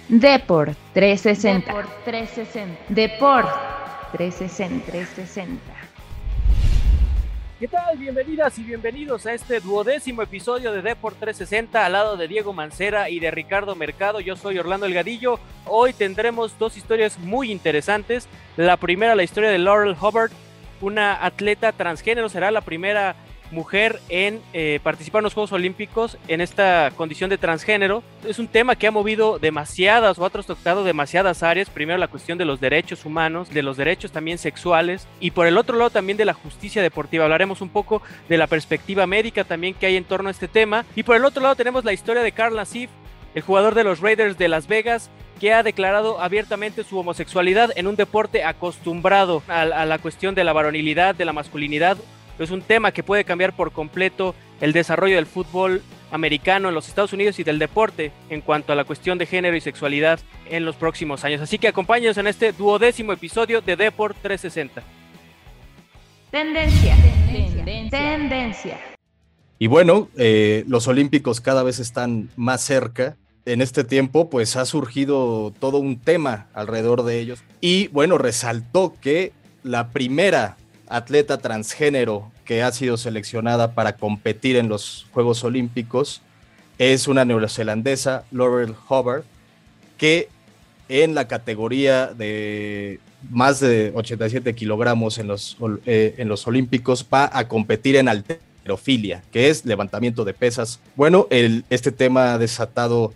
Deport 360. Deport 360. ¿Qué tal? Bienvenidas y bienvenidos a este 12º episodio de Deport 360 al lado de Diego Mancera y de Ricardo Mercado. Yo soy Orlando Elgadillo. Hoy tendremos dos historias muy interesantes. La primera, la historia de Laurel Hubbard, una atleta transgénero, será la primera mujer en participar en los Juegos Olímpicos en esta condición de transgénero. Es un tema que ha movido demasiadas o ha trastocado demasiadas áreas. Primero la cuestión de los derechos humanos, de los derechos también sexuales, y por el otro lado también de la justicia deportiva. Hablaremos un poco de la perspectiva médica también que hay en torno a este tema. Y por el otro lado tenemos la historia de Carl Nassif, el jugador de los Raiders de Las Vegas, que ha declarado abiertamente su homosexualidad en un deporte acostumbrado a la cuestión de la varonilidad, de la masculinidad. Es un tema que puede cambiar por completo el desarrollo del fútbol americano en los Estados Unidos y del deporte en cuanto a la cuestión de género y sexualidad en los próximos años. Así que acompáñenos en este 12º episodio de Deport 360. Tendencia. Y bueno, los Olímpicos cada vez están más cerca. En este tiempo, pues ha surgido todo un tema alrededor de ellos. Y bueno, resaltó que la primera atleta transgénero que ha sido seleccionada para competir en los Juegos Olímpicos es una neozelandesa, Laurel Hubbard, que en la categoría de más de 87 kilogramos en los Olímpicos va a competir en halterofilia, que es levantamiento de pesas. Bueno, este tema ha desatado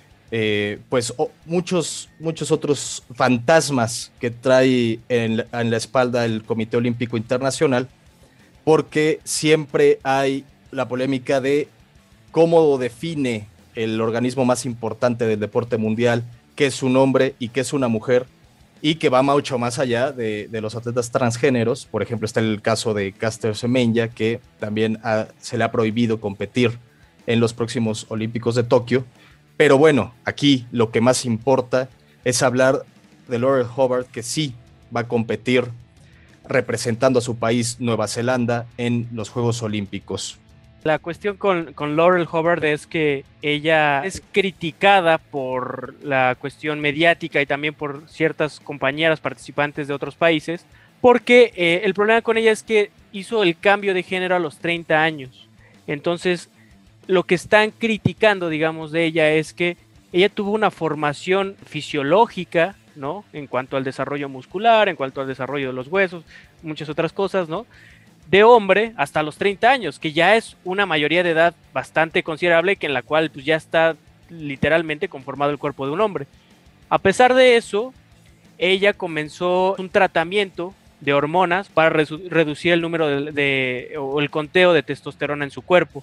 muchos otros fantasmas que trae en la espalda el Comité Olímpico Internacional, porque siempre hay la polémica de cómo define el organismo más importante del deporte mundial qué es un hombre y qué es una mujer, y que va mucho más allá de los atletas transgéneros. Por ejemplo, está el caso de Caster Semenya, que también se le ha prohibido competir en los próximos Olímpicos de Tokio. Pero bueno, aquí lo que más importa es hablar de Laurel Hubbard, que sí va a competir representando a su país, Nueva Zelanda, en los Juegos Olímpicos. La cuestión con Laurel Hubbard es que ella es criticada por la cuestión mediática y también por ciertas compañeras participantes de otros países, porque el problema con ella es que hizo el cambio de género a los 30 años. Entonces, lo que están criticando, digamos, de ella es que ella tuvo una formación fisiológica, ¿no? En cuanto al desarrollo muscular, en cuanto al desarrollo de los huesos, muchas otras cosas, ¿no? De hombre hasta los 30 años, que ya es una mayoría de edad bastante considerable, que en la cual pues, ya está literalmente conformado el cuerpo de un hombre. A pesar de eso, ella comenzó un tratamiento de hormonas para reducir el número o el conteo de testosterona en su cuerpo.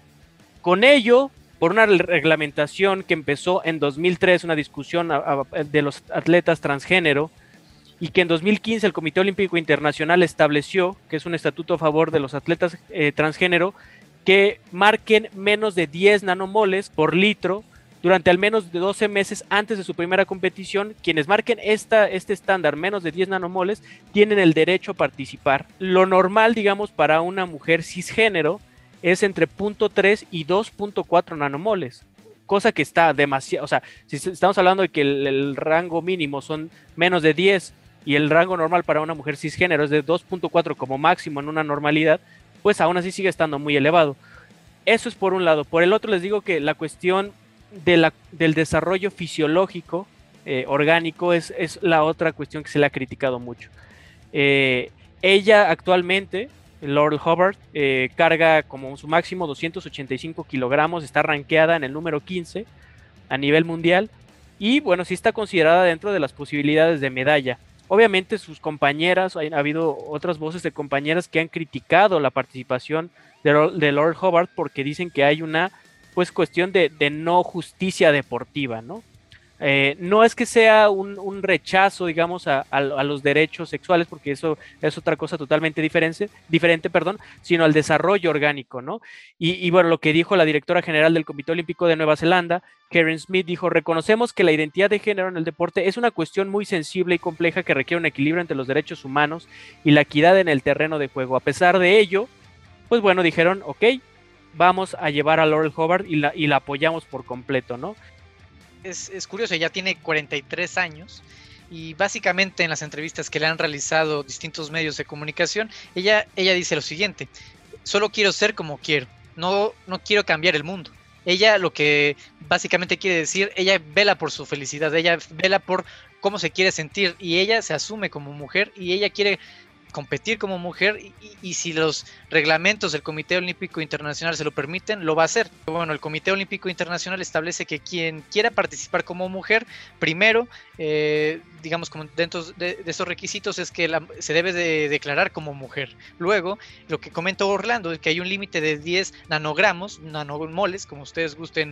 Con ello, por una reglamentación que empezó en 2003, una discusión de los atletas transgénero, y que en 2015 el Comité Olímpico Internacional estableció, que es un estatuto a favor de los atletas transgénero, que marquen menos de 10 nanomoles por litro durante al menos de 12 meses antes de su primera competición. Quienes marquen este estándar, menos de 10 nanomoles, tienen el derecho a participar. Lo normal, digamos, para una mujer cisgénero es entre 0.3 y 2.4 nanomoles, cosa que está demasiado. O sea, si estamos hablando de que el rango mínimo son menos de 10 y el rango normal para una mujer cisgénero es de 2.4 como máximo en una normalidad, pues aún así sigue estando muy elevado. Eso es por un lado. Por el otro les digo que la cuestión del desarrollo fisiológico orgánico es la otra cuestión que se le ha criticado mucho. Ella actualmente, Laurel Hubbard, carga como su máximo 285 kilogramos, está rankeada en el número 15 a nivel mundial, y bueno, sí está considerada dentro de las posibilidades de medalla. Obviamente sus compañeras, ha habido otras voces de compañeras que han criticado la participación de Laurel Hubbard porque dicen que hay una pues cuestión de no justicia deportiva, ¿no? No es que sea un rechazo, digamos, a los derechos sexuales, porque eso es otra cosa totalmente diferente, sino al desarrollo orgánico, ¿no? Y bueno, lo que dijo la directora general del Comité Olímpico de Nueva Zelanda, Karen Smith, dijo: reconocemos que la identidad de género en el deporte es una cuestión muy sensible y compleja que requiere un equilibrio entre los derechos humanos y la equidad en el terreno de juego. A pesar de ello, pues bueno, dijeron, ok, vamos a llevar a Laurel Hubbard y la apoyamos por completo, ¿no? es curioso, ella tiene 43 años y básicamente en las entrevistas que le han realizado distintos medios de comunicación, ella dice lo siguiente: solo quiero ser como quiero, no quiero cambiar el mundo. Ella lo que básicamente quiere decir, ella vela por su felicidad, ella vela por cómo se quiere sentir y ella se asume como mujer y ella quiere competir como mujer y si los reglamentos del Comité Olímpico Internacional se lo permiten, lo va a hacer. Bueno, el Comité Olímpico Internacional establece que quien quiera participar como mujer, primero, digamos, como dentro de esos requisitos es que se debe de declarar como mujer. Luego, lo que comentó Orlando es que hay un límite de 10 nanogramos, nanomoles, como ustedes gusten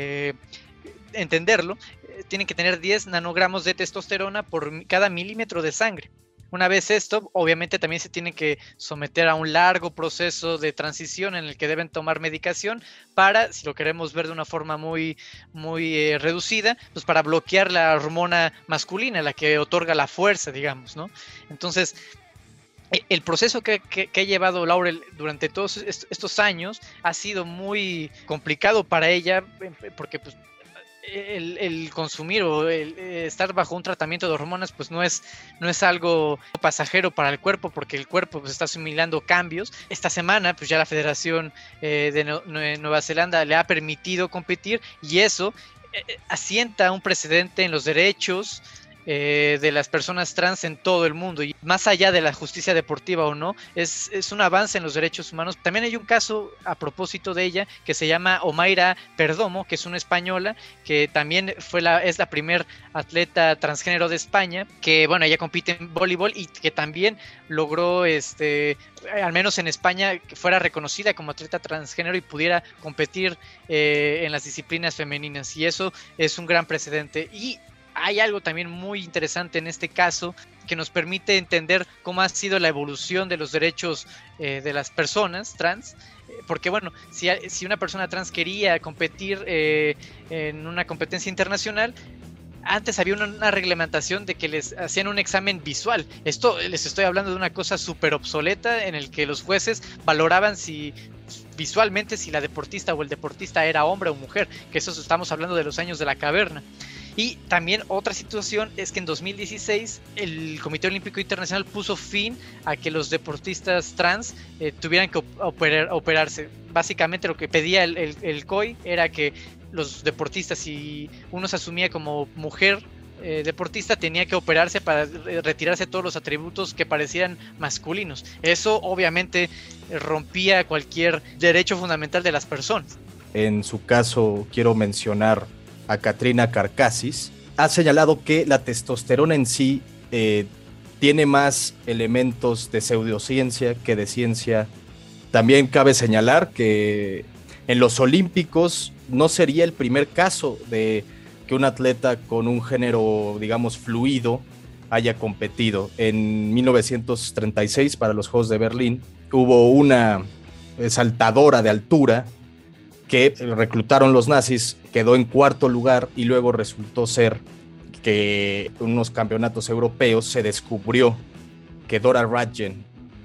entenderlo, tienen que tener 10 nanogramos de testosterona por cada milímetro de sangre. Una vez esto, obviamente también se tienen que someter a un largo proceso de transición en el que deben tomar medicación para, si lo queremos ver de una forma muy reducida, pues para bloquear la hormona masculina, la que otorga la fuerza, digamos, ¿no? Entonces, el proceso que ha llevado Laurel durante todos estos años ha sido muy complicado para ella, porque pues el consumir o el estar bajo un tratamiento de hormonas pues no es algo pasajero para el cuerpo, porque el cuerpo pues está asimilando cambios. Esta semana pues ya la Federación de Nueva Zelanda le ha permitido competir y eso asienta un precedente en los derechos de las personas trans en todo el mundo, y más allá de la justicia deportiva o no, es un avance en los derechos humanos. También hay un caso a propósito de ella que se llama Omaira Perdomo, que es una española que también es la primer atleta transgénero de España, que bueno, ella compite en voleibol y que también logró al menos en España, que fuera reconocida como atleta transgénero y pudiera competir en las disciplinas femeninas, y eso es un gran precedente. Y hay algo también muy interesante en este caso que nos permite entender cómo ha sido la evolución de los derechos de las personas trans, porque bueno, si una persona trans quería competir en una competencia internacional, antes había una reglamentación de que les hacían un examen visual. Esto les estoy hablando de una cosa súper obsoleta en el que los jueces valoraban visualmente si la deportista o el deportista era hombre o mujer, que eso estamos hablando de los años de la caverna. Y también otra situación es que en 2016 el Comité Olímpico Internacional puso fin a que los deportistas trans tuvieran que operarse. Básicamente lo que pedía el COI era que los deportistas, si uno se asumía como mujer deportista, tenía que operarse para retirarse todos los atributos que parecieran masculinos. Eso obviamente rompía cualquier derecho fundamental de las personas. En su caso, quiero mencionar a Katrina Karkazis, ha señalado que la testosterona en sí tiene más elementos de pseudociencia que de ciencia. También cabe señalar que en los Olímpicos no sería el primer caso de que un atleta con un género, digamos, fluido haya competido. En 1936, para los Juegos de Berlín, hubo una saltadora de altura que reclutaron los nazis, quedó en cuarto lugar y luego resultó ser que en unos campeonatos europeos se descubrió que Dora Radjen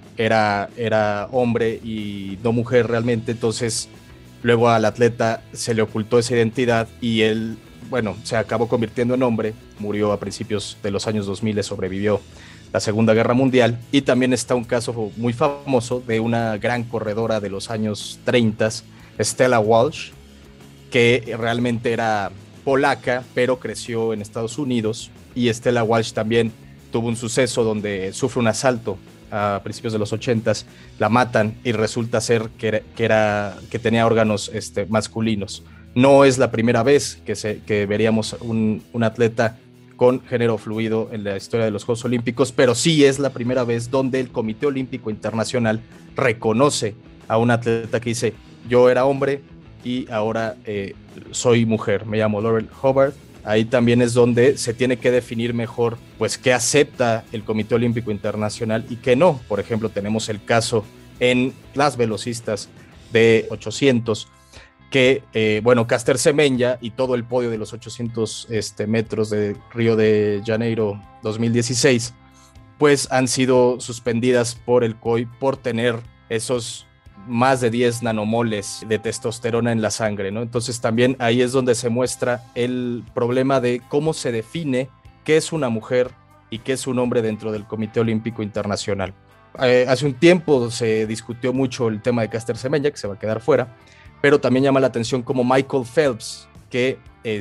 era hombre y no mujer realmente. Entonces luego al atleta se le ocultó esa identidad y él, bueno, se acabó convirtiendo en hombre, murió a principios de los años 2000, sobrevivió la Segunda Guerra Mundial. Y también está un caso muy famoso de una gran corredora de los años 30, Stella Walsh, que realmente era polaca, pero creció en Estados Unidos, y Stella Walsh también tuvo un suceso donde sufre un asalto a principios de los 80s, la matan y resulta ser que tenía órganos masculinos. No es la primera vez que veríamos un atleta con género fluido en la historia de los Juegos Olímpicos, pero sí es la primera vez donde el Comité Olímpico Internacional reconoce a un atleta que dice: yo era hombre y ahora soy mujer, me llamo Laurel Hubbard. Ahí también es donde se tiene que definir mejor pues qué acepta el Comité Olímpico Internacional y qué no. Por ejemplo, tenemos el caso en las velocistas de 800 que, Caster Semenya y todo el podio de los 800 metros de Río de Janeiro 2016 pues han sido suspendidas por el COI por tener esos más de 10 nanomoles de testosterona en la sangre, ¿no? Entonces también ahí es donde se muestra el problema de cómo se define qué es una mujer y qué es un hombre dentro del Comité Olímpico Internacional. Hace un tiempo se discutió mucho el tema de Caster Semenya, que se va a quedar fuera, pero también llama la atención como Michael Phelps, que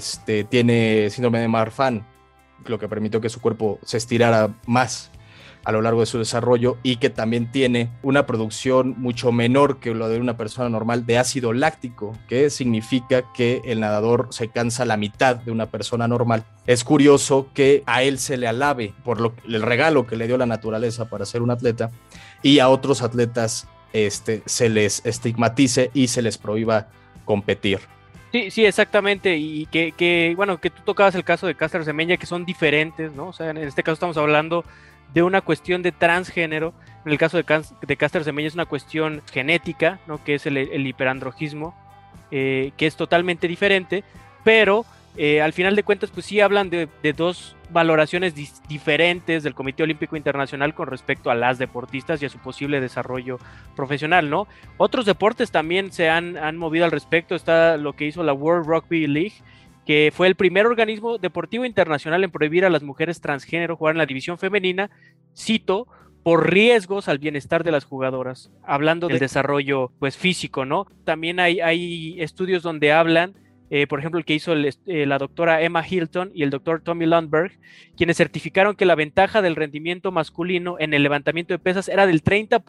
tiene síndrome de Marfan, lo que permitió que su cuerpo se estirara más a lo largo de su desarrollo, y que también tiene una producción mucho menor que lo de una persona normal de ácido láctico, que significa que el nadador se cansa la mitad de una persona normal. Es curioso que a él se le alabe por el regalo que le dio la naturaleza para ser un atleta, y a otros atletas se les estigmatice y se les prohíba competir. Sí, exactamente, y que tú tocabas el caso de Caster Semenya, que son diferentes, ¿no? O sea, en este caso estamos hablando de una cuestión de transgénero. En el caso de Caster Semenya es una cuestión genética, ¿no? Que es el hiperandrogismo, que es totalmente diferente, pero al final de cuentas pues sí hablan de dos valoraciones diferentes del Comité Olímpico Internacional con respecto a las deportistas y a su posible desarrollo profesional, ¿no? Otros deportes también se han movido al respecto. Está lo que hizo la World Rugby League, que fue el primer organismo deportivo internacional en prohibir a las mujeres transgénero jugar en la división femenina, cito, por riesgos al bienestar de las jugadoras, hablando del desarrollo pues físico, ¿no? También hay estudios donde hablan, por ejemplo, el que hizo la doctora Emma Hilton y el doctor Tommy Lundberg, quienes certificaron que la ventaja del rendimiento masculino en el levantamiento de pesas era del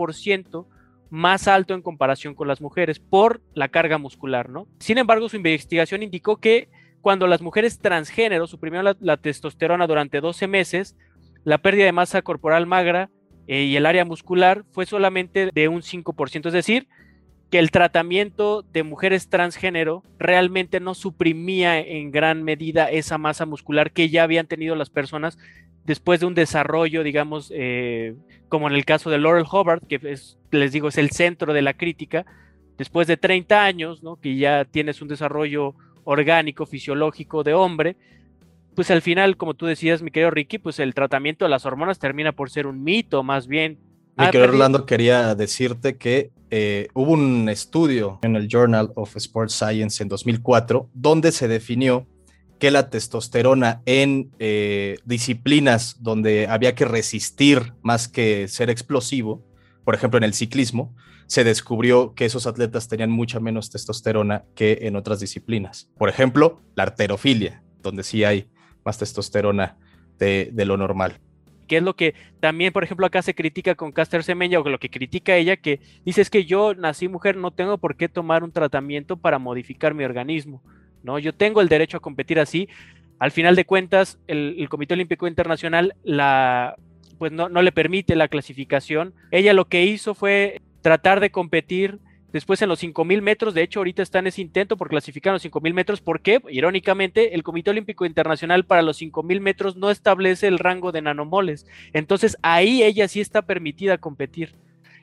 30% más alto en comparación con las mujeres por la carga muscular, ¿no? Sin embargo, su investigación indicó que cuando las mujeres transgénero suprimieron la testosterona durante 12 meses, la pérdida de masa corporal magra y el área muscular fue solamente de un 5%, es decir, que el tratamiento de mujeres transgénero realmente no suprimía en gran medida esa masa muscular que ya habían tenido las personas después de un desarrollo, digamos, como en el caso de Laurel Hubbard, que les digo, es el centro de la crítica, después de 30 años, ¿no? Que ya tienes un desarrollo orgánico, fisiológico de hombre, pues al final, como tú decías, mi querido Ricky, pues el tratamiento de las hormonas termina por ser un mito, más bien. Mi querido Orlando, quería decirte que hubo un estudio en el Journal of Sports Science en 2004, donde se definió que la testosterona en disciplinas donde había que resistir más que ser explosivo, por ejemplo en el ciclismo, se descubrió que esos atletas tenían mucha menos testosterona que en otras disciplinas. Por ejemplo, la halterofilia, donde sí hay más testosterona de lo normal. Que es lo que también, por ejemplo, acá se critica con Caster Semenya, o lo que critica ella, que dice es que yo nací mujer, no tengo por qué tomar un tratamiento para modificar mi organismo, ¿no? Yo tengo el derecho a competir así. Al final de cuentas, el Comité Olímpico Internacional pues no le permite la clasificación. Ella lo que hizo fue tratar de competir después en los 5,000 metros. De hecho, ahorita está en ese intento por clasificar los 5,000 metros. ¿Por qué? Irónicamente, el Comité Olímpico Internacional para los 5,000 metros no establece el rango de nanomoles. Entonces, ahí ella sí está permitida competir.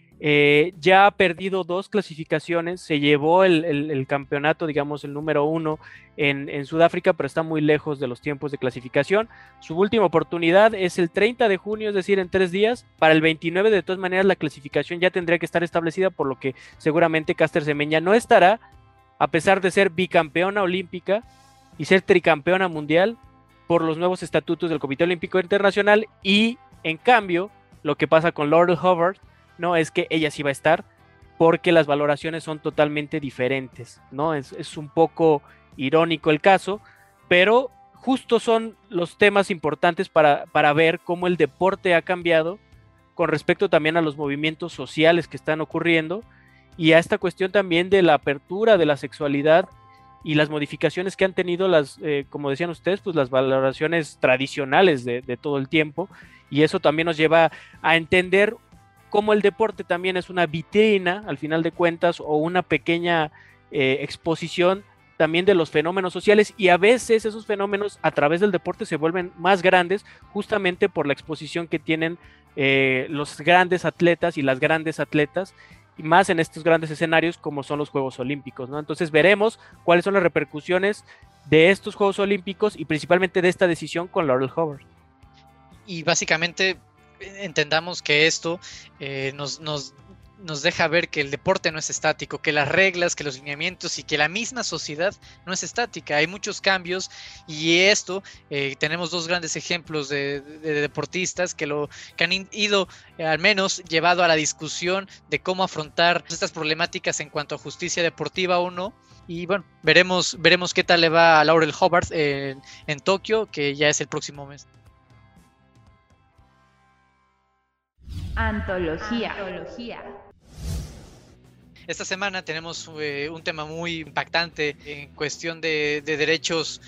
Ya ha perdido 2 clasificaciones, se llevó el campeonato, digamos, el número 1 en Sudáfrica, pero está muy lejos de los tiempos de clasificación. Su última oportunidad es el 30 de junio, es decir, en 3 días. Para el 29, de todas maneras, la clasificación ya tendría que estar establecida, por lo que seguramente Caster Semenya no estará, a pesar de ser bicampeona olímpica y ser tricampeona mundial por los nuevos estatutos del Comité Olímpico Internacional. Y, en cambio, lo que pasa con Laurel Hubbard, no es que ella sí va a estar, porque las valoraciones son totalmente diferentes, ¿no? Es un poco irónico el caso, pero justo son los temas importantes para ver cómo el deporte ha cambiado con respecto también a los movimientos sociales que están ocurriendo y a esta cuestión también de la apertura de la sexualidad y las modificaciones que han tenido como decían ustedes, pues las valoraciones tradicionales de todo el tiempo, y eso también nos lleva a entender cómo el deporte también es una vitrina, al final de cuentas, o una pequeña exposición también de los fenómenos sociales, y a veces esos fenómenos a través del deporte se vuelven más grandes justamente por la exposición que tienen los grandes atletas y las grandes atletas, y más en estos grandes escenarios como son los Juegos Olímpicos, ¿no? Entonces veremos cuáles son las repercusiones de estos Juegos Olímpicos y principalmente de esta decisión con Laurel Hubbard. Y básicamente entendamos que esto nos nos deja ver que el deporte no es estático, que las reglas, que los lineamientos y que la misma sociedad no es estática. Hay muchos cambios y esto, tenemos dos grandes ejemplos de deportistas que han ido, al menos llevado a la discusión de cómo afrontar estas problemáticas en cuanto a justicia deportiva o no. Y bueno, veremos qué tal le va a Laurel Hubbard en Tokio, que ya es el próximo mes. Antología. Esta semana tenemos un tema muy impactante en cuestión de derechos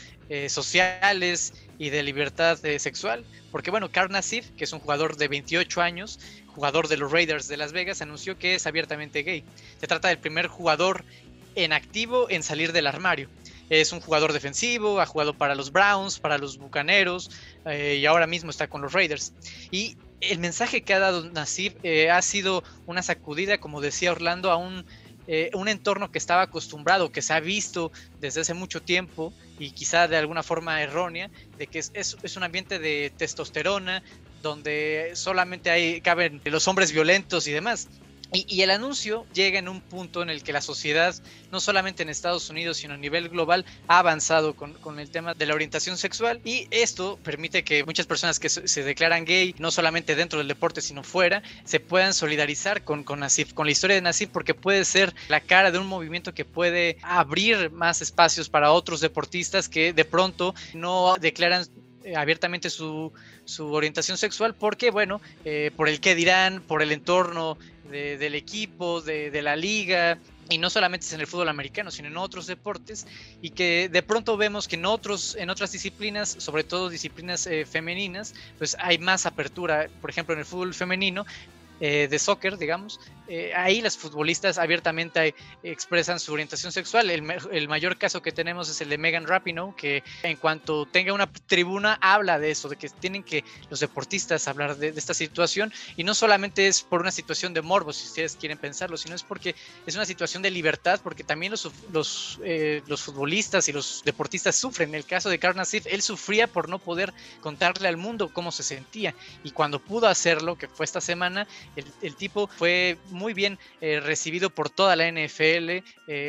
sociales y de libertad sexual, porque bueno, Kar Nassif, que es un jugador de 28 años, jugador de los Raiders de Las Vegas, anunció que es abiertamente gay. Se trata del primer jugador en activo en salir del armario. Es un jugador defensivo, ha jugado para los Browns, para los Bucaneros y ahora mismo está con los Raiders. Y el mensaje que ha dado Nassif ha sido una sacudida, como decía Orlando, a un entorno que estaba acostumbrado, que se ha visto desde hace mucho tiempo y quizá de alguna forma errónea, de que es un ambiente de testosterona, donde solamente caben los hombres violentos y demás. Y el anuncio llega en un punto en el que la sociedad, no solamente en Estados Unidos, sino a nivel global, ha avanzado con el tema de la orientación sexual, y esto permite que muchas personas que se declaran gay, no solamente dentro del deporte, sino fuera, se puedan solidarizar con Nassif, con la historia de Nassif, porque puede ser la cara de un movimiento que puede abrir más espacios para otros deportistas que de pronto no declaran abiertamente su orientación sexual, porque bueno, por el qué dirán, por el entorno del equipo, de la liga, y no solamente es en el fútbol americano, sino en otros deportes, y que de pronto vemos que en otras disciplinas, sobre todo disciplinas femeninas, pues hay más apertura. Por ejemplo, en el fútbol femenino, de soccer, digamos, ahí las futbolistas abiertamente expresan su orientación sexual. El mayor caso que tenemos es el de Megan Rapinoe, que en cuanto tenga una tribuna habla de eso, de que tienen que los deportistas hablar de esta situación, y no solamente es por una situación de morbo, si ustedes quieren pensarlo, sino es porque es una situación de libertad, porque también los futbolistas y los deportistas sufren. En el caso de Kar Nassif, él sufría por no poder contarle al mundo cómo se sentía, y cuando pudo hacerlo, que fue esta semana, el tipo fue muy bien recibido por toda la NFL.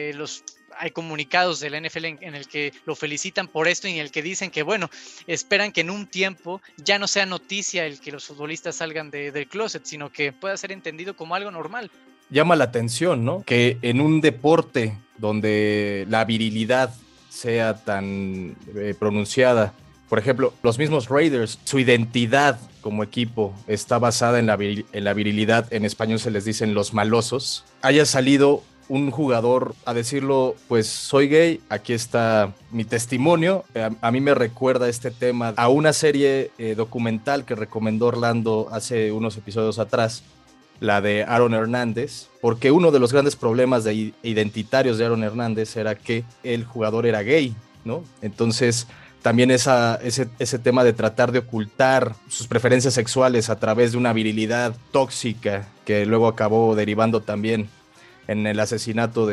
Hay comunicados de la NFL en el que lo felicitan por esto y en el que dicen que bueno, esperan que en un tiempo ya no sea noticia el que los futbolistas salgan del closet, sino que pueda ser entendido como algo normal. Llama la atención, ¿no? Que en un deporte donde la virilidad sea tan pronunciada, por ejemplo, los mismos Raiders, su identidad como equipo está basada en la virilidad, en español se les dicen los malosos, haya salido un jugador a decirlo, pues soy gay, aquí está mi testimonio. A mí me recuerda este tema a una serie documental que recomendó Orlando hace unos episodios atrás, la de Aaron Hernández, porque uno de los grandes problemas identitarios de Aaron Hernández era que el jugador era gay, ¿no? Entonces también ese tema de tratar de ocultar sus preferencias sexuales a través de una virilidad tóxica que luego acabó derivando también en el asesinato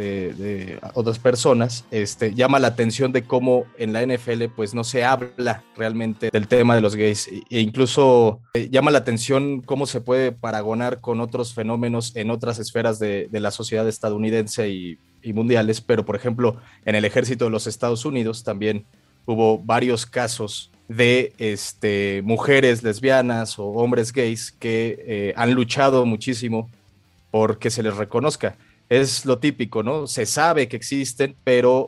de otras personas, llama la atención de cómo en la NFL pues no se habla realmente del tema de los gays, e incluso llama la atención cómo se puede paragonar con otros fenómenos en otras esferas de la sociedad estadounidense y mundiales, pero por ejemplo en el ejército de los Estados Unidos también hubo varios casos de mujeres lesbianas o hombres gays que han luchado muchísimo porque se les reconozca. Es lo típico, ¿no? Se sabe que existen, pero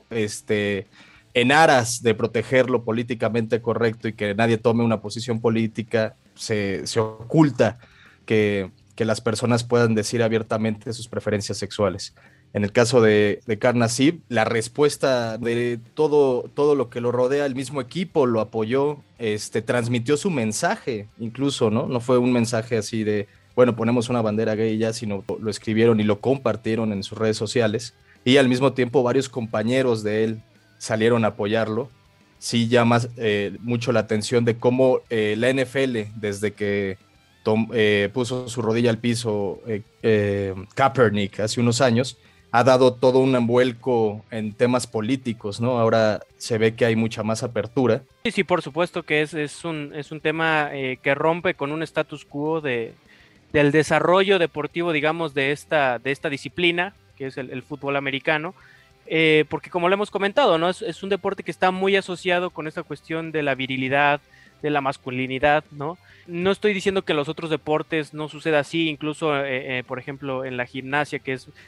en aras de proteger lo políticamente correcto y que nadie tome una posición política, se oculta que las personas puedan decir abiertamente sus preferencias sexuales. En el caso de Kar Nassif, la respuesta de todo lo que lo rodea, el mismo equipo lo apoyó, transmitió su mensaje incluso, ¿no? No fue un mensaje así de, bueno, ponemos una bandera gay ya, sino lo escribieron y lo compartieron en sus redes sociales, y al mismo tiempo varios compañeros de él salieron a apoyarlo. Sí llama mucho la atención de cómo la NFL, desde que puso su rodilla al piso Kaepernick hace unos años, ha dado todo un envuelco en temas políticos, ¿no? Ahora se ve que hay mucha más apertura. Sí, por supuesto que es un tema que rompe con un status quo de del desarrollo deportivo, digamos, de esta disciplina, que es el fútbol americano, porque como lo hemos comentado, ¿no? Es un deporte que está muy asociado con esta cuestión de la virilidad, de la masculinidad, ¿no? No estoy diciendo que en los otros deportes no suceda así, incluso, por ejemplo, en la gimnasia, que es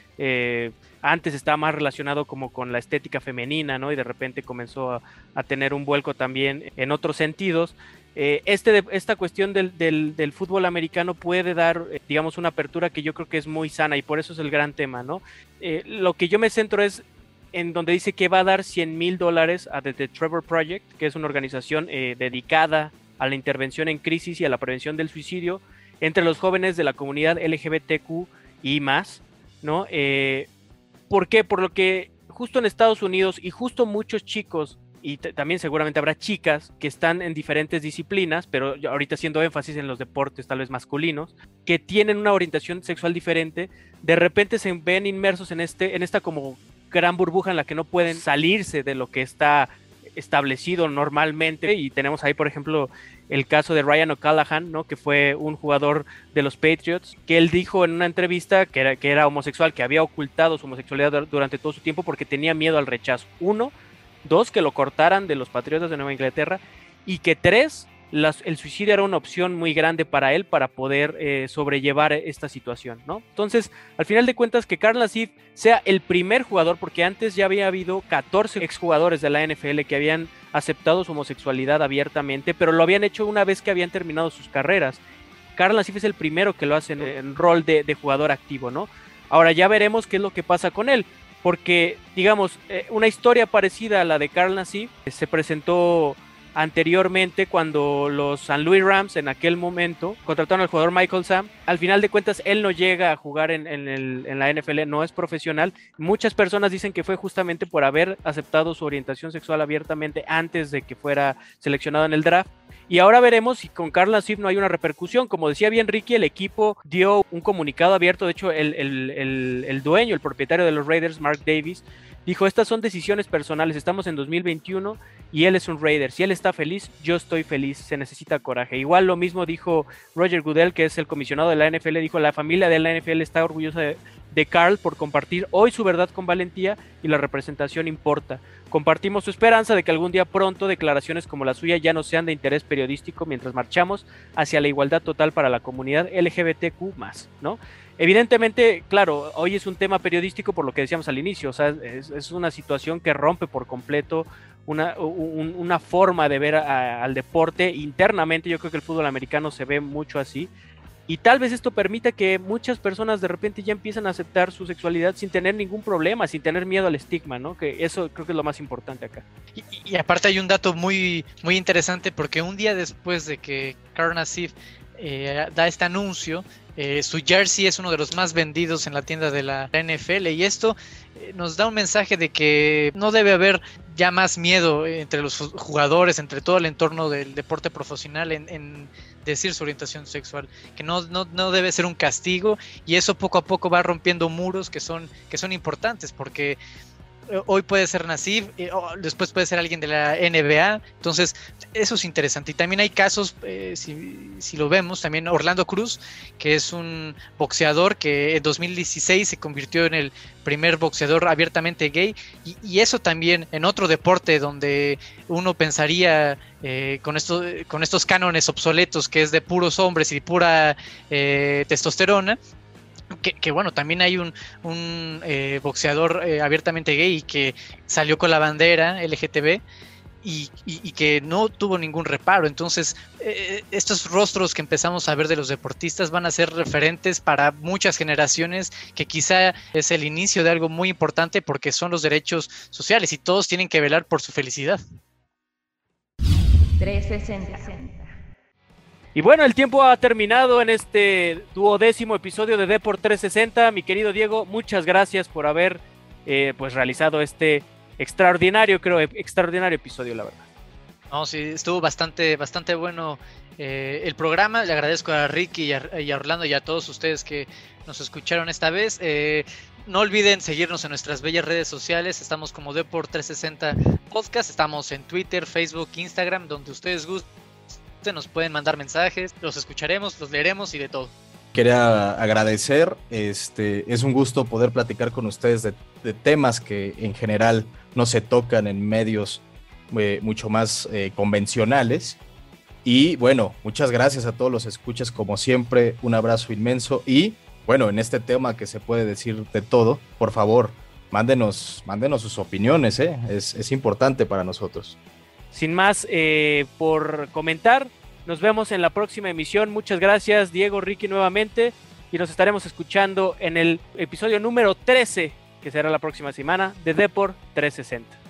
antes estaba más relacionado como con la estética femenina, ¿no? Y de repente comenzó a tener un vuelco también en otros sentidos. Esta cuestión del fútbol americano puede dar, digamos, una apertura que yo creo que es muy sana, y por eso es el gran tema, ¿no? Lo que yo me centro es en donde dice que va a dar $100,000 a The Trevor Project, que es una organización dedicada a la intervención en crisis y a la prevención del suicidio entre los jóvenes de la comunidad LGBTQ y más, ¿no? ¿Por qué? Por lo que justo en Estados Unidos y justo muchos chicos, y también seguramente habrá chicas que están en diferentes disciplinas, pero ahorita haciendo énfasis en los deportes tal vez masculinos, que tienen una orientación sexual diferente, de repente se ven inmersos en esta como gran burbuja en la que no pueden salirse de lo que está establecido normalmente. Y tenemos ahí, por ejemplo, el caso de Ryan O'Callaghan, ¿no? Que fue un jugador de los Patriots, que él dijo en una entrevista que era homosexual, que había ocultado su homosexualidad durante todo su tiempo porque tenía miedo al rechazo. 1, 2, que lo cortaran de los Patriotas de Nueva Inglaterra, y que 3, el suicidio era una opción muy grande para él para poder sobrellevar esta situación, ¿no? Entonces, al final de cuentas, que Carl Nassif sea el primer jugador, porque antes ya había habido 14 exjugadores de la NFL que habían aceptado su homosexualidad abiertamente, pero lo habían hecho una vez que habían terminado sus carreras. Carl Nassif es el primero que lo hace en rol de jugador activo, ¿no? Ahora ya veremos qué es lo que pasa con él, porque, digamos, una historia parecida a la de Carl Nassif se presentó anteriormente cuando los St. Louis Rams en aquel momento contrataron al jugador Michael Sam. Al final de cuentas él no llega a jugar en la NFL, no es profesional. Muchas personas dicen que fue justamente por haber aceptado su orientación sexual abiertamente antes de que fuera seleccionado en el draft. Y ahora veremos si con Carl Nassif no hay una repercusión. Como decía bien Ricky, el equipo dio un comunicado abierto. De hecho, el dueño, el propietario de los Raiders, Mark Davis, dijo: estas son decisiones personales, estamos en 2021 y él es un Raider. Si él está feliz, yo estoy feliz, se necesita coraje. Igual lo mismo dijo Roger Goodell, que es el comisionado de la NFL, dijo: la familia de la NFL está orgullosa de Carl por compartir hoy su verdad con valentía y la representación importa. Compartimos su esperanza de que algún día pronto declaraciones como la suya ya no sean de interés periodístico mientras marchamos hacia la igualdad total para la comunidad LGBTQ+, ¿no? Evidentemente, claro, hoy es un tema periodístico por lo que decíamos al inicio, o sea, es una situación que rompe por completo una forma de ver al deporte internamente. Yo creo que el fútbol americano se ve mucho así, y tal vez esto permita que muchas personas de repente ya empiezan a aceptar su sexualidad sin tener ningún problema, sin tener miedo al estigma, ¿no? Que eso creo que es lo más importante acá. Y aparte hay un dato muy, muy interesante, porque un día después de que Carl Nassif da este anuncio, su jersey es uno de los más vendidos en la tienda de la NFL, y esto nos da un mensaje de que no debe haber ya más miedo entre los jugadores, entre todo el entorno del deporte profesional en decir su orientación sexual, que no debe ser un castigo, y eso poco a poco va rompiendo muros que son importantes, porque hoy puede ser Nassif, después puede ser alguien de la NBA, entonces eso es interesante. Y también hay casos, si lo vemos, también Orlando Cruz, que es un boxeador que en 2016 se convirtió en el primer boxeador abiertamente gay, y eso también en otro deporte donde uno pensaría con estos cánones obsoletos que es de puros hombres y pura testosterona, que bueno, también hay un boxeador abiertamente gay que salió con la bandera LGTB y que no tuvo ningún reparo. Entonces estos rostros que empezamos a ver de los deportistas van a ser referentes para muchas generaciones, que quizá es el inicio de algo muy importante, porque son los derechos sociales y todos tienen que velar por su felicidad. 360. Y bueno, el tiempo ha terminado en este 12º episodio de Deport 360. Mi querido Diego, muchas gracias por haber pues realizado este extraordinario episodio, la verdad. No, sí, estuvo bastante bueno el programa. Le agradezco a Ricky y a Orlando y a todos ustedes que nos escucharon esta vez. No olviden seguirnos en nuestras bellas redes sociales. Estamos como Deport 360 Podcast. Estamos en Twitter, Facebook, Instagram, donde ustedes gusten. Nos pueden mandar mensajes, los escucharemos, los leeremos y de todo. quería agradecer. Es un gusto poder platicar con ustedes de temas que en general no se tocan en medios mucho más convencionales. Y bueno, muchas gracias a todos los escuchas, como siempre, un abrazo inmenso. Y bueno, en este tema que se puede decir de todo, por favor, mándenos sus opiniones, es importante para nosotros. Sin más por comentar, nos vemos en la próxima emisión. Muchas gracias, Diego, Ricky, nuevamente, y nos estaremos escuchando en el episodio número 13, que será la próxima semana, de Depor 360.